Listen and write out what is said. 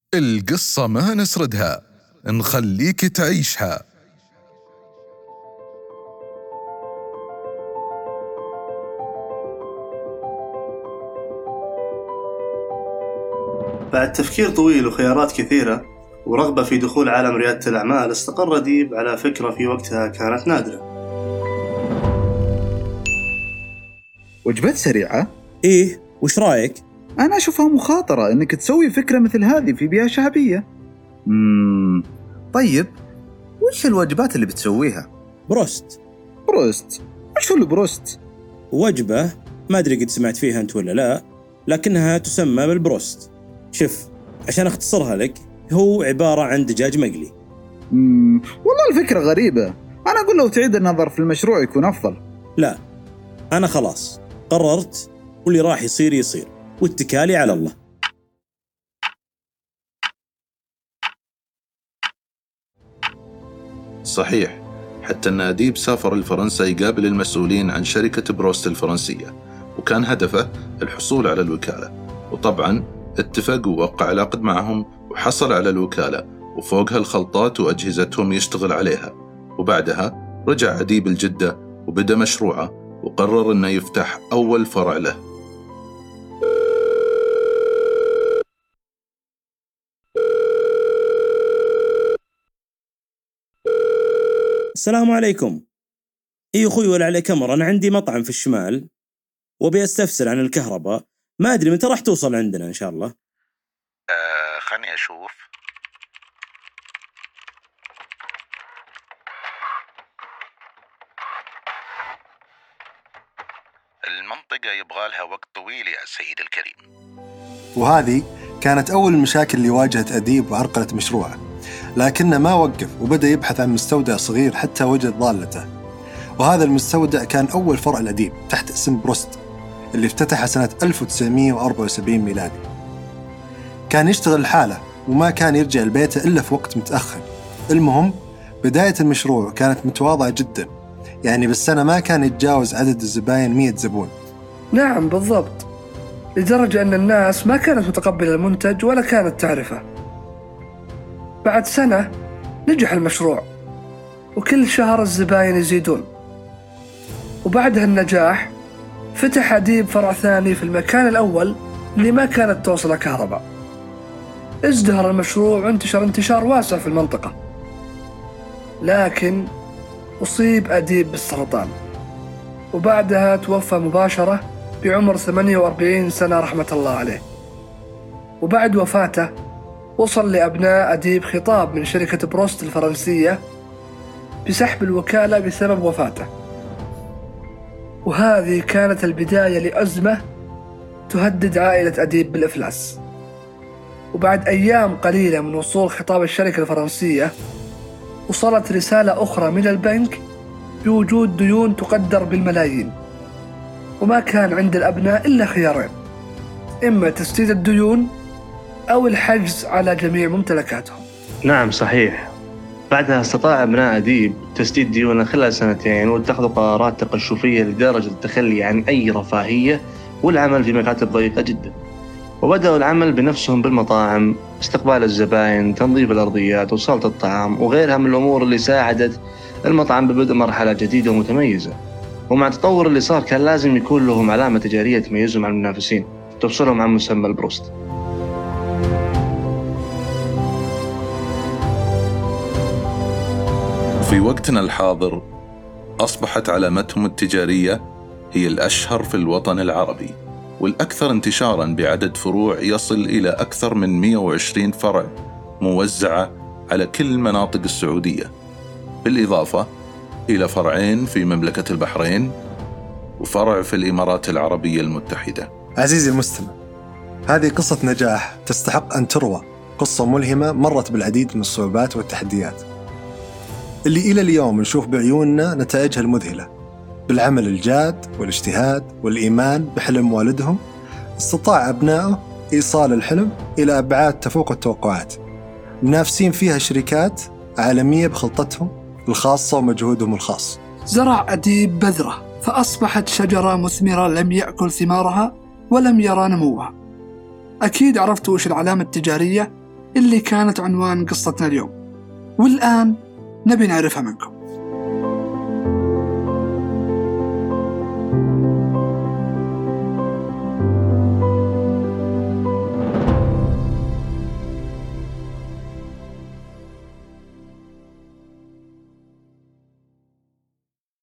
القصة ما نسردها، نخليك تعيشها. بعد تفكير طويل وخيارات كثيرة ورغبة في دخول عالم ريادة الأعمال، استقر أديب على فكرة في وقتها كانت نادرة. وجبات سريعة؟ إيه، وش رأيك؟ أنا أشوفها مخاطرة إنك تسوي فكرة مثل هذه في بيئة شعبية. طيب، وش الوجبات اللي بتسويها؟ بروست. وش هو البروست؟ وجبة ما أدري قد سمعت فيها أنت ولا لا، لكنها تسمى بالبروست. شوف، عشان أختصرها لك، هو عبارة عن دجاج مقلي. والله الفكرة غريبة. أنا أقول لو تعيد النظر في المشروع يكون أفضل. لا، أنا خلاص قررت، واللي راح يصير واتكالي على الله. صحيح، حتى أن أديب سافر لفرنسا يقابل المسؤولين عن شركة بروست الفرنسية، وكان هدفه الحصول على الوكالة. وطبعا اتفق ووقع عقد معهم وحصل على الوكالة، وفوقها الخلطات وأجهزتهم يشتغل عليها. وبعدها رجع أديب الجدة وبدأ مشروعه، وقرر أنه يفتح أول فرع له. السلام عليكم. إيه أخوي، ولا عليك أمر، أنا عندي مطعم في الشمال وبي أستفسر عن الكهرباء، ما أدري متى راح توصل عندنا إن شاء الله. خلني أشوف. المنطقة يبغى لها وقت طويل يا سيد الكريم. وهذه كانت أول المشاكل اللي واجهت أديب وعرقلت مشروعه، لكنه ما وقف وبدأ يبحث عن مستودع صغير حتى وجد ضالته. وهذا المستودع كان أول فرع الأديب تحت اسم بروست، اللي افتتح سنة 1974 ميلادي. كان يشتغل الحالة وما كان يرجع لبيته إلا في وقت متأخر. المهم، بداية المشروع كانت متواضعة جدا، يعني بالسنة ما كان يتجاوز عدد الزباين 100 زبون. نعم بالضبط، لدرجة أن الناس ما كانت متقبلة المنتج ولا كانت تعرفه. بعد سنة نجح المشروع، وكل شهر الزباين يزيدون. وبعد هالنجاح فتح أديب فرع ثاني في المكان الأول اللي ما كانت توصل كهرباء. ازدهر المشروع وانتشر انتشار واسع في المنطقة، لكن أصيب أديب بالسرطان، وبعدها توفى مباشرة بعمر 48 سنة رحمة الله عليه. وبعد وفاته وصل لأبناء أديب خطاب من شركة بروست الفرنسية بسحب الوكالة بسبب وفاته. وهذه كانت البداية لأزمة تهدد عائلة أديب بالإفلاس. وبعد أيام قليلة من وصول خطاب الشركة الفرنسية، وصلت رسالة أخرى من البنك بوجود ديون تقدر بالملايين. وما كان عند الأبناء إلا خيارين: إما تسديد الديون أو الحجز على جميع ممتلكاتهم. نعم صحيح، بعدها استطاع أبناء أديب تسديد ديونه خلال 2 واتخذوا قرارات تقشفية لدرجة التخلي عن أي رفاهية والعمل في مكاتب ضيقة جدا. وبدأوا العمل بنفسهم بالمطاعم، استقبال الزبائن، تنظيف الأرضيات وصالة الطعام وغيرها من الأمور اللي ساعدت المطعم ببدء مرحلة جديدة ومتميزة. ومع التطور اللي صار كان لازم يكون لهم علامة تجارية تميزهم عن المنافسين تفصلهم عن مسمى البروست. في وقتنا الحاضر أصبحت علامتهم التجارية هي الأشهر في الوطن العربي، والأكثر انتشاراً بعدد فروع يصل إلى أكثر من 120 فرع موزعة على كل مناطق السعودية، بالإضافة إلى فرعين في مملكة البحرين وفرع في الإمارات العربية المتحدة. عزيزي المستمع، هذه قصة نجاح تستحق أن تروى، قصة ملهمة مرت بالعديد من الصعوبات والتحديات اللي إلى اليوم نشوف بعيوننا نتائجها المذهلة. بالعمل الجاد والاجتهاد والإيمان بحلم والدهم، استطاع أبنائه إيصال الحلم إلى أبعاد تفوق التوقعات، منافسين فيها شركات عالمية بخلطتهم الخاصة ومجهودهم الخاص. زرع أديب بذرة فأصبحت شجرة مثمرة لم يأكل ثمارها ولم يرى نموها. أكيد عرفتوا وش العلامة التجارية اللي كانت عنوان قصتنا اليوم، والآن نبي نعرفها منكم.